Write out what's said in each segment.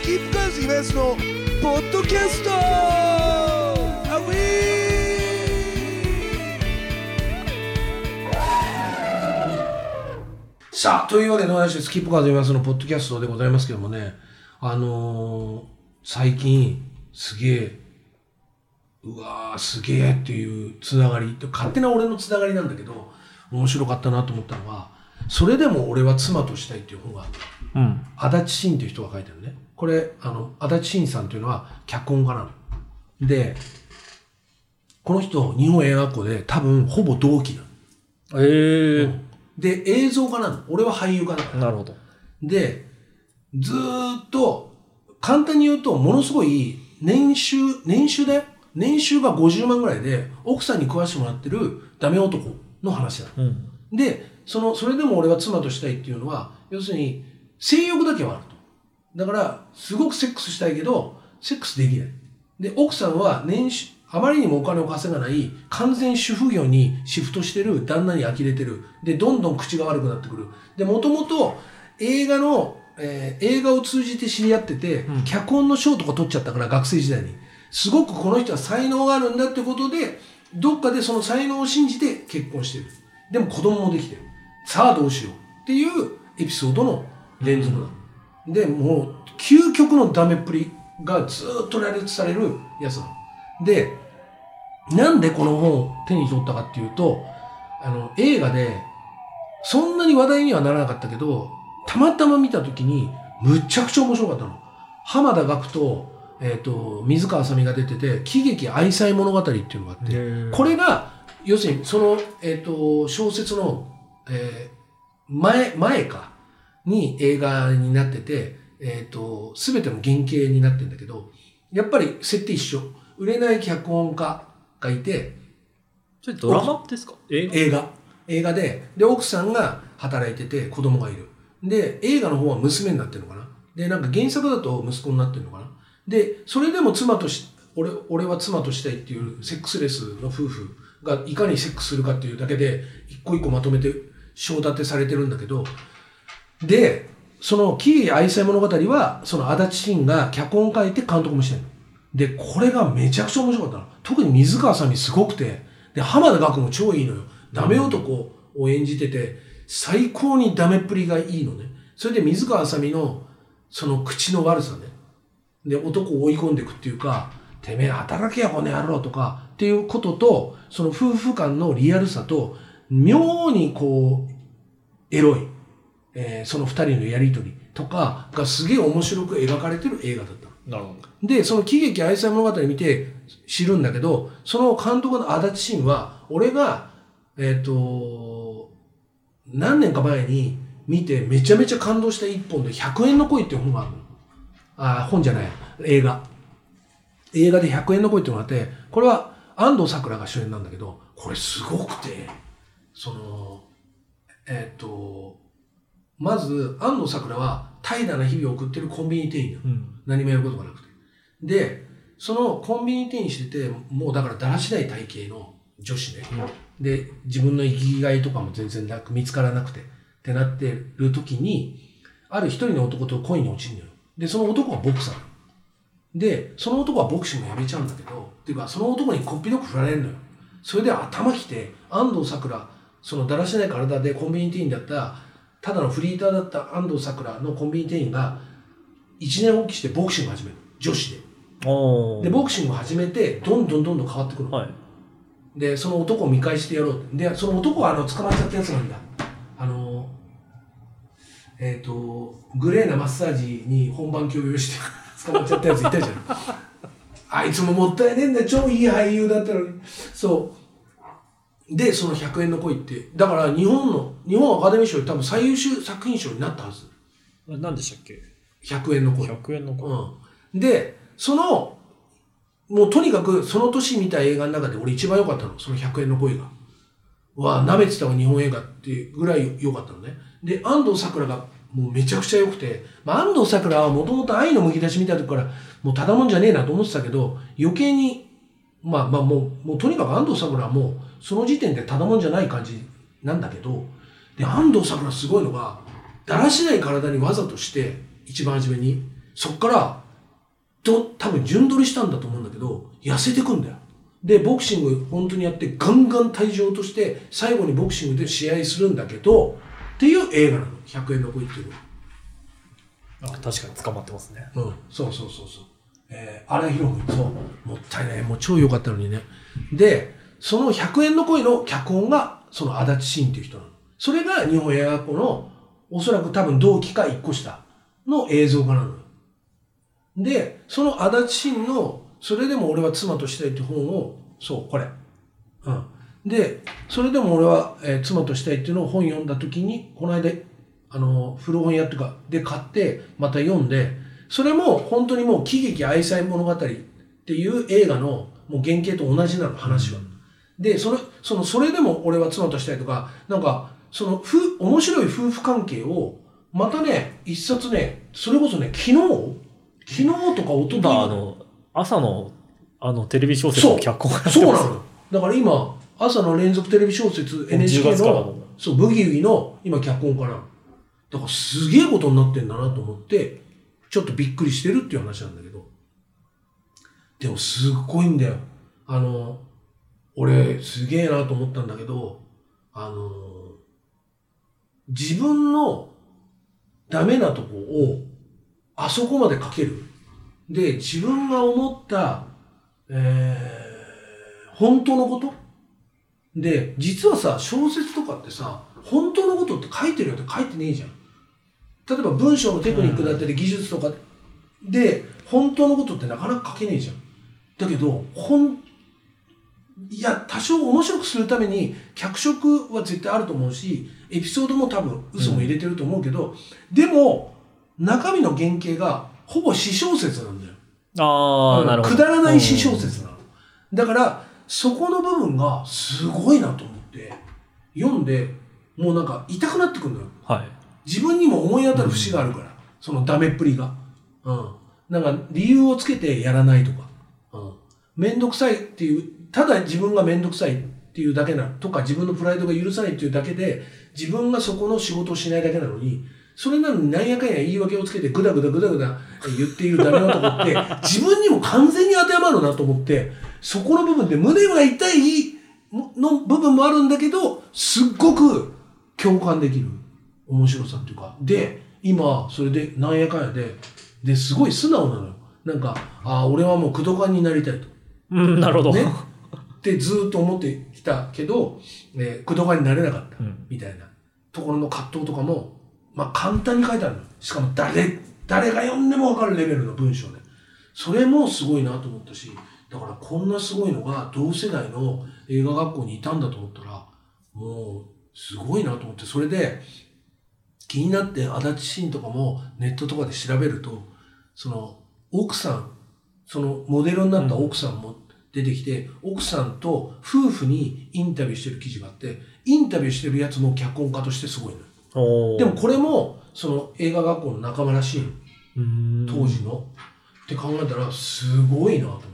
キープカーズイベントのポッドキャストアウィー。さあというわけで私スキップカーズイベントのポッドキャストでございますけどもね、最近すげえすげえっていうつながり、勝手な俺のつながりなんだけど面白かったなと思ったのは、それでも俺は妻としたいっていう本がある、足立慎っていう人が書いてるね。これ足立慎さんというのは脚本家なので、この人日本映画学校で多分ほぼ同期なの。で映像家なの、俺は俳優家だから。 なるほど。 でずーっと簡単に言うとものすごい年収だよ。年収が50万ぐらいで奥さんに食わしてもらってるダメ男の話だ、でそれでも俺は妻としたいっていうのは、要するに性欲だけはあると。だからすごくセックスしたいけどセックスできない。で奥さんはあまりにもお金を稼がない完全主婦業にシフトしてる旦那に呆れてる。でどんどん口が悪くなってくる。でもともと映画を通じて知り合ってて、脚本の賞とか取っちゃったから、学生時代にすごくこの人は才能があるんだってことで、どっかでその才能を信じて結婚してる。でも子供もできてる。さあどうしようっていうエピソードの連続なの。でもう究極のダメっぷりがずっと羅列されるやつなの。でなんでこの本を手に取ったかっていうと、映画でそんなに話題にはならなかったけど、たまたま見た時にむちゃくちゃ面白かったの。浜田岳と水川あさみが出てて、喜劇愛妻物語っていうのがあって、これが要するにその、小説の、前かに映画になってて、全ての原型になってるんだけど、やっぱり設定一緒。売れない脚本家がいて、 それドラマですか？ 映画で奥さんが働いてて子供がいる。で映画の方は娘になってるのかな。でなんか原作だと息子になってるのかな。でそれでも俺は妻としたいっていうセックスレスの夫婦がいかにセックスするかっていうだけで一個一個まとめて章立てされてるんだけど、でその喜劇愛妻物語はその足立慎が脚本書いて監督もしてるので、これがめちゃくちゃ面白かったの。特に水川あさみすごくて、で浜田岳も超いいのよ。ダメ男を演じてて最高にダメっぷりがいいのね。それで水川あさみのその口の悪さね、で男を追い込んでいくっていうか、てめえ働けやこの野郎とかっていうことと、その夫婦間のリアルさと妙にこうエロい、その二人のやりとりとかがすげえ面白く描かれてる映画だった。 なるほど。 でその喜劇愛妻物語見て知るんだけど、その監督の足立慎は俺が何年か前に見てめちゃめちゃ感動した一本で100円の恋っていう本があるの。本じゃない、映画で100円の恋っていうのがあって、これは安藤サクラが主演なんだけど、これすごくて、まず安藤サクラは怠惰な日々を送ってるコンビニ店員なの、何もやることがなくて。でそのコンビニ店員してて、もうだからだらしない体型の女子ね、で自分の生きがいとかも全然見つからなくてってなってる時に、ある一人の男と恋に落ちるのよ。でその男はボクサーで、その男はボクシングやめちゃうんだけど、っていうかその男にこっぴどく振られるのよ。それで頭きて、安藤サクラ、そのだらしない体でコンビニ店員だったただのフリーターだった安藤サクラのコンビニ店員が一年発起してボクシングを始める、女子で。でボクシングを始めてどんどん変わってくる、でその男を見返してやろうって。でその男は捕まっちゃったやつなんだ。グレーなマッサージに本番強要して捕まっちゃったやついたじゃんあいつももったいねえんだよ、超いい俳優だったのに。そうでその100円の恋って、だから日本アカデミー賞で多分最優秀作品賞になったはず。 何でしたっけ ？100円の恋。 100円の恋、 でもうとにかくその年見た映画の中で俺一番良かったの、その100円の恋が。舐めてたわ日本映画っていうぐらい良かったのね。で安藤サクラがもうめちゃくちゃ良くて、安藤サクラはもともと愛のむき出し見た時からもうただもんじゃねえなと思ってたけど、余計にもうとにかく安藤サクラはもうその時点でただもんじゃない感じなんだけど、で安藤サクラすごいのが、だらしない体にわざとして一番初めにそっから多分順取りしたんだと思うんだけど、痩せてくんだよ。でボクシング本当にやってガンガン体重落として最後にボクシングで試合するんだけどっていう映画なの。100円の恋っていうの。 確かに捕まってますね。 うん、そう。荒井博文、そう、もったいない、もう超良かったのにね。で、その100円の恋の脚本が、その足立慎っていう人なの。それが日本映画学校の、おそらく多分同期か1個下の映像化なのよ。で、その足立慎の、それでも俺は妻としたいっていう本を、そう、これ。うん。で、それでも俺は、妻としたいっていうのを本読んだ時に、この間、古本屋っていうか、で買って、また読んで、それも本当にもう喜劇愛妻物語っていう映画のもう原型と同じなの、話は。で、それでも俺は妻としたいとか、なんか、面白い夫婦関係を、またね、一冊ね、それこそね、昨日とか一昨日朝の、テレビ小説の脚本がやってます。 そうなの。だから今、朝の連続テレビ小説 NHK の、そう、ブギウギの今脚本かな。だからすげえことになってんだなと思って、ちょっとびっくりしてるっていう話なんだけど。でもすっごいんだよ。俺すげえなと思ったんだけど、自分のダメなとこをあそこまで書ける。で、自分が思った、本当のことで、実はさ、小説とかってさ、本当のことって書いてるよって書いてねえじゃん。例えば文章のテクニックだったり技術とかで、本当のことってなかなか書けねえじゃん。だけど、いや、多少面白くするために脚色は絶対あると思うし、エピソードも多分嘘も入れてると思うけど、でも、中身の原型がほぼ私小説なんだよ。 なるほど。 くだらない私小説なの。だから、そこの部分がすごいなと思って、読んで、もうなんか痛くなってくるのよ。 はい。 自分にも思い当たる節があるから、そのダメっぷりが。なんか理由をつけてやらないとか、めんどくさいっていう、ただ自分がめんどくさいっていうだけな、とか自分のプライドが許さないっていうだけで、自分がそこの仕事をしないだけなのに、それなのになんやかんや言い訳をつけてグダグダ言っているダメ男って自分にも完全に当てはまるなと思って、そこの部分で胸が痛いの部分もあるんだけど、すっごく共感できる面白さっていうか、で、今それでなんやかんやで、すごい素直なのよ。なんか、俺はもう工藤館になりたいと。 なるほど。 ね。ってずーっと思ってきたけど、工藤館になれなかった。みたいなところの葛藤とかも、まあ簡単に書いてあるの。しかも誰が読んでもわかるレベルの文章で。それもすごいなと思ったし、だからこんなすごいのが同世代の映画学校にいたんだと思ったら、もうすごいなと思って、それで気になって足立慎とかもネットとかで調べると、その奥さん、そのモデルになった奥さんも出てきて、奥さんと夫婦にインタビューしてる記事があって、インタビューしてるやつも脚本家としてすごいのよ。でもこれもその映画学校の仲間らしいの。当時のって考えたらすごいなと思って、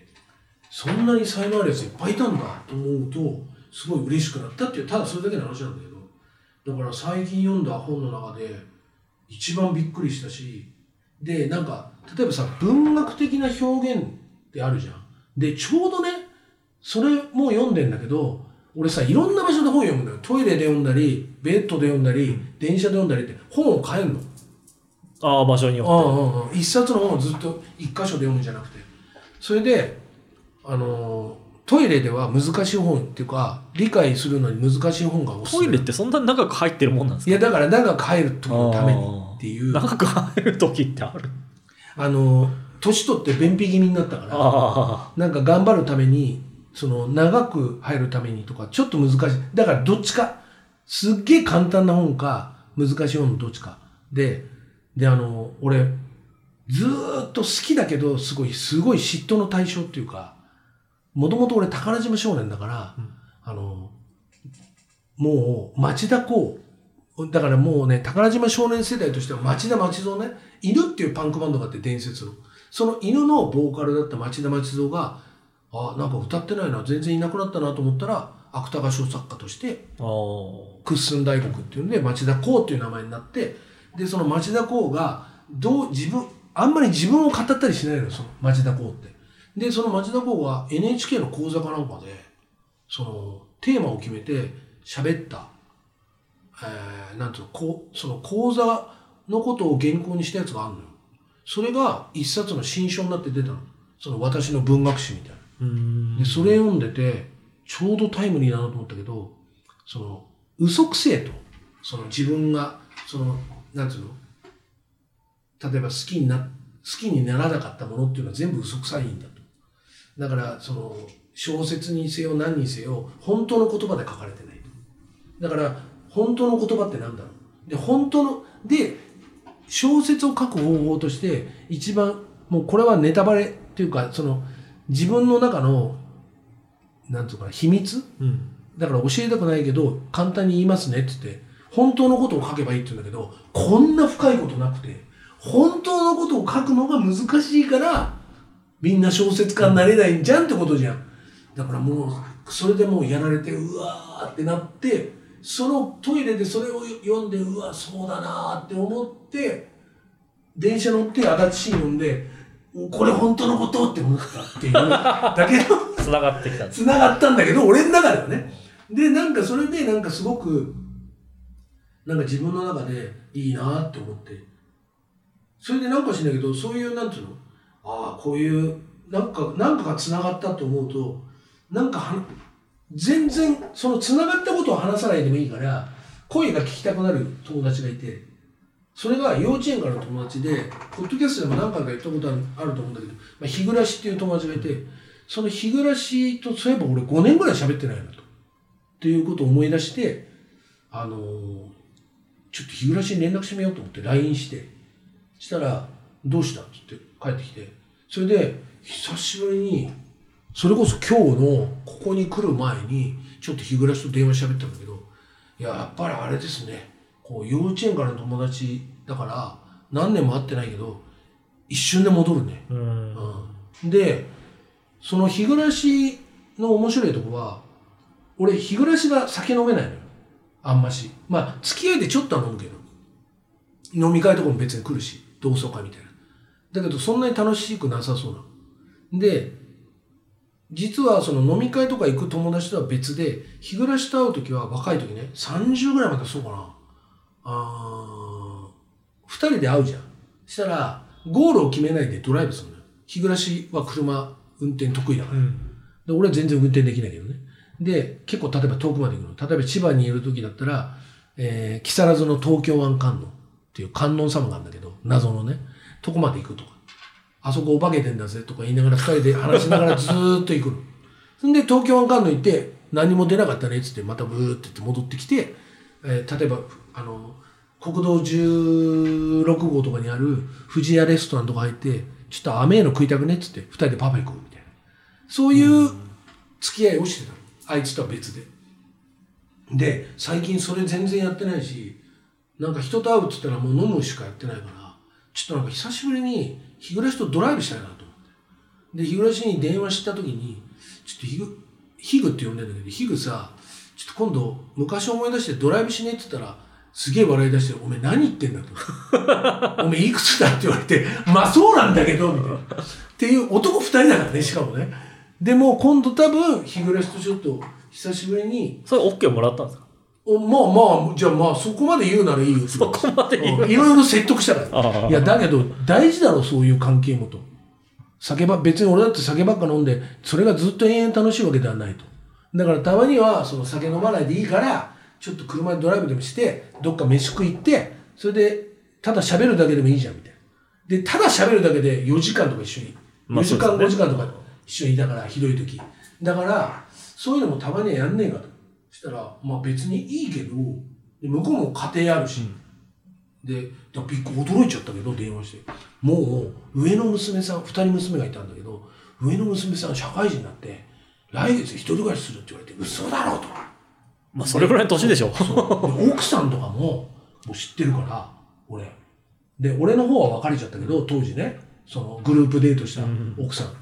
そんなに才能あるやついっぱいいたんだと思うとすごい嬉しくなったっていう、ただそれだけの話なんだけど、だから最近読んだ本の中で一番びっくりしたし、でなんか例えばさ、文学的な表現ってあるじゃん。でちょうどね、それも読んでんだけど、俺さ、いろんな場所で本読むのよ。トイレで読んだり、ベッドで読んだり、電車で読んだりって本を変えるの。 場所によって。一冊の本をずっと一箇所で読むんじゃなくて。それで、トイレでは難しい本っていうか、理解するのに難しい本がおすすめ。 トイレってそんなに長く入ってるもんなんですか？ いや、だから長く入る時のためにっていう。 長く入る時ってある？ 年取って便秘気味になったから、なんか頑張るために、その長く入るためにとかちょっと難しい。だからどっちか、すっげえ簡単な本か難しい本のどっちかで俺ずーっと好きだけどすごい嫉妬の対象っていうか、もともと俺宝島少年だから、もう町田公だからもうね、宝島少年世代としては町田町蔵ね、犬っていうパンクバンドがあって伝説の、その犬のボーカルだった町田町蔵がなんか歌ってないな、全然いなくなったなと思ったら、芥川賞作家として、クッスン大国っていうんで、町田公っていう名前になって、で、その町田公が、 あんまり自分を語ったりしないのよ、その町田公って。で、その町田公は NHK の講座かなんかで、その、テーマを決めて喋った、なんていうの、その講座のことを原稿にしたやつがあるのよ。それが一冊の新書になって出たの。その私の文学史みたいな。で、それ読んでて、ちょうどタイムリーだなと思ったけど、その、嘘くせえと。その自分が、その、なんていうの、例えば好きにならなかったものっていうのは全部嘘くさいんだと。だから、その、小説にせよ何にせよ、本当の言葉で書かれてないと。だから、本当の言葉ってなんだろう。で、小説を書く方法として、一番、もうこれはネタバレっていうか、その、自分の中の、なんていうかな、秘密、だから教えたくないけど、簡単に言いますねって言って、本当のことを書けばいいって言うんだけど、こんな深いことなくて、本当のことを書くのが難しいから、みんな小説家になれないんじゃんってことじゃん。だからもう、それでもうやられて、うわーってなって、そのトイレでそれを読んで、うわ、そうだなーって思って、電車乗って足立シーン読んで、これ本当のことって思ったっていう。だけど、 繋がってきたんです。 繋がったんだけど、俺の中ではね。で、なんかそれで、なんかすごく、なんか自分の中でいいなーって思って。それでなんかしないけど、そういう、なんていうの、ああ、こういう、なんかが繋がったと思うと、なんか全然、その繋がったことを話さないでもいいから、声が聞きたくなる友達がいて、それが幼稚園からの友達で、ポッドキャストでも何回か言ったことあると思うんだけど、日暮っていう友達がいて、その日暮と、そういえば俺5年ぐらい喋ってないなと。っていうことを思い出して、ちょっと日暮に連絡してみようと思って LINE して、したら、どうしたって言って帰ってきて、それで、久しぶりに、それこそ今日のここに来る前に、ちょっと日暮と電話喋ったんだけど、いや、やっぱりあれですね、こう幼稚園からの友達だから、何年も会ってないけど、一瞬で戻るね。で、その日暮の面白いとこは、俺、日暮が酒飲めないのよ。あんまし。まあ、付き合いでちょっとは飲むけど。飲み会とかも別に来るし、同窓会みたいな。だけど、そんなに楽しくなさそうな。で、実はその飲み会とか行く友達とは別で、日暮と会うときは若いときね、30ぐらいまでそうかな。二人で会うじゃん。したら、ゴールを決めないでドライブするのよ。日暮は車運転得意だから。で、俺は全然運転できないけどね。で、結構例えば遠くまで行くの。例えば千葉にいる時だったら、木更津の東京湾観音っていう観音様があるんだけど、謎のね、とこまで行くとか。あそこお化けてんだぜとか言いながら二人で話しながらずーっと行くの。そんで東京湾観音行って、何も出なかったねっつってまたブーって言って戻ってきて、例えば、国道16号とかにある富士屋レストランとか入って、ちょっと甘いの食いたくねっつって二人でパフェ行こうみたいな。そういう付き合いをしてたの。あいつとは別で。で、最近それ全然やってないし、なんか人と会うって言ったらもう飲むしかやってないから、ちょっとなんか久しぶりに日暮とドライブしたいなと思って。で、日暮に電話した時に、ちょっとヒグって呼んでんだけど、ヒグさ、ちょっと今度昔思い出してドライブしねって言ったら、すげえ笑い出して、お前何言ってんだと。お前いくつだって言われて、まあそうなんだけど、みたいな。っていう男二人だからね、しかもね。でも今度多分、日暮とちょっと久しぶりに。 それ OK もらったんですか？ まあ、じゃあまあそこまで言うならいいよ。 そこまで言う。 いろいろ説得したから。いや、だけど大事だろ、そういう関係もと。別に俺だって酒ばっか飲んで、それがずっと延々楽しいわけではないと。だからたまには、その酒飲まないでいいから、ちょっと車でドライブでもして、どっか飯食い行って、それで、ただ喋るだけでもいいじゃん、みたいな。で、ただ喋るだけで4時間とか一緒に。4時間、5時間とか一緒にいたから、ひどい時。だから、そういうのもたまにはやんねえかと。そしたら、まあ別にいいけど、向こうも家庭あるし。で、驚いちゃったけど、電話して。もう、上の娘さん、2人娘がいたんだけど、上の娘さん社会人になって、来月一人暮らしするって言われて、嘘だろうと。 まあそれぐらいの年でしょ。 そう奥さんとかもう知ってるから、俺。で、俺の方は別れちゃったけど、当時ね、そのグループデートした奥さん。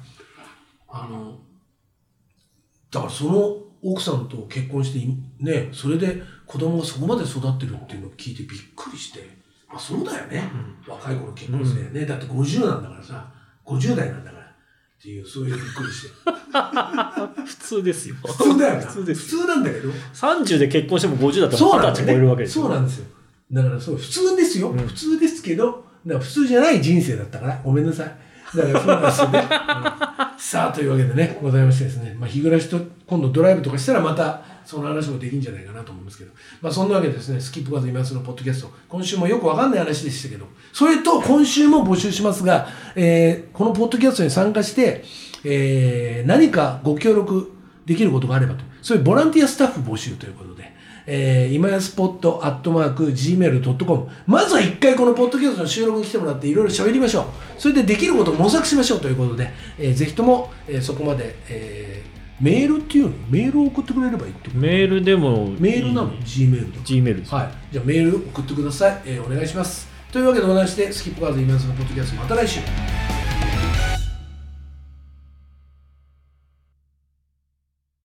だからその奥さんと結婚して、ね、それで子供がそこまで育ってるっていうのを聞いてびっくりして、 あ、そうだよね。若い頃結婚してね。だって50なんだからさ、50代なんだからっていう、そういうびっくりして。 普通ですよ。 普通だよな。 普通です。 普通なんだけど。 30で結婚しても50だったらそう 20 なんだよね。 歳超えるわけですよ。 そうなんですよ。だからそう、普通ですよ。普通ですけど、だから普通じゃない人生だったから、ごめんなさい。だからそうなんですよね。さあ、というわけでね、ございましてですね、日暮らしと今度ドライブとかしたらまたその話もできるんじゃないかなと思いますけど、そんなわけでですね、スキップカーズ今すのポッドキャスト、今週もよくわかんない話でしたけど、それと今週も募集しますが、このポッドキャストに参加して、何かご協力できることがあればと、そういうボランティアスタッフ募集ということで、今やスポット@gmail.com まずは一回このポッドキャストの収録に来てもらっていろいろ喋りましょう。それでできることを模索しましょうということで、ぜひとも、そこまで、メールっていうのメールを送ってくれればいいってこと。 メールでもメールなの Gmail と Gmail です。 はい。じゃあメール送ってください。お願いします。というわけでございまして、スキップカーズ今すのポッドキャストまた来週。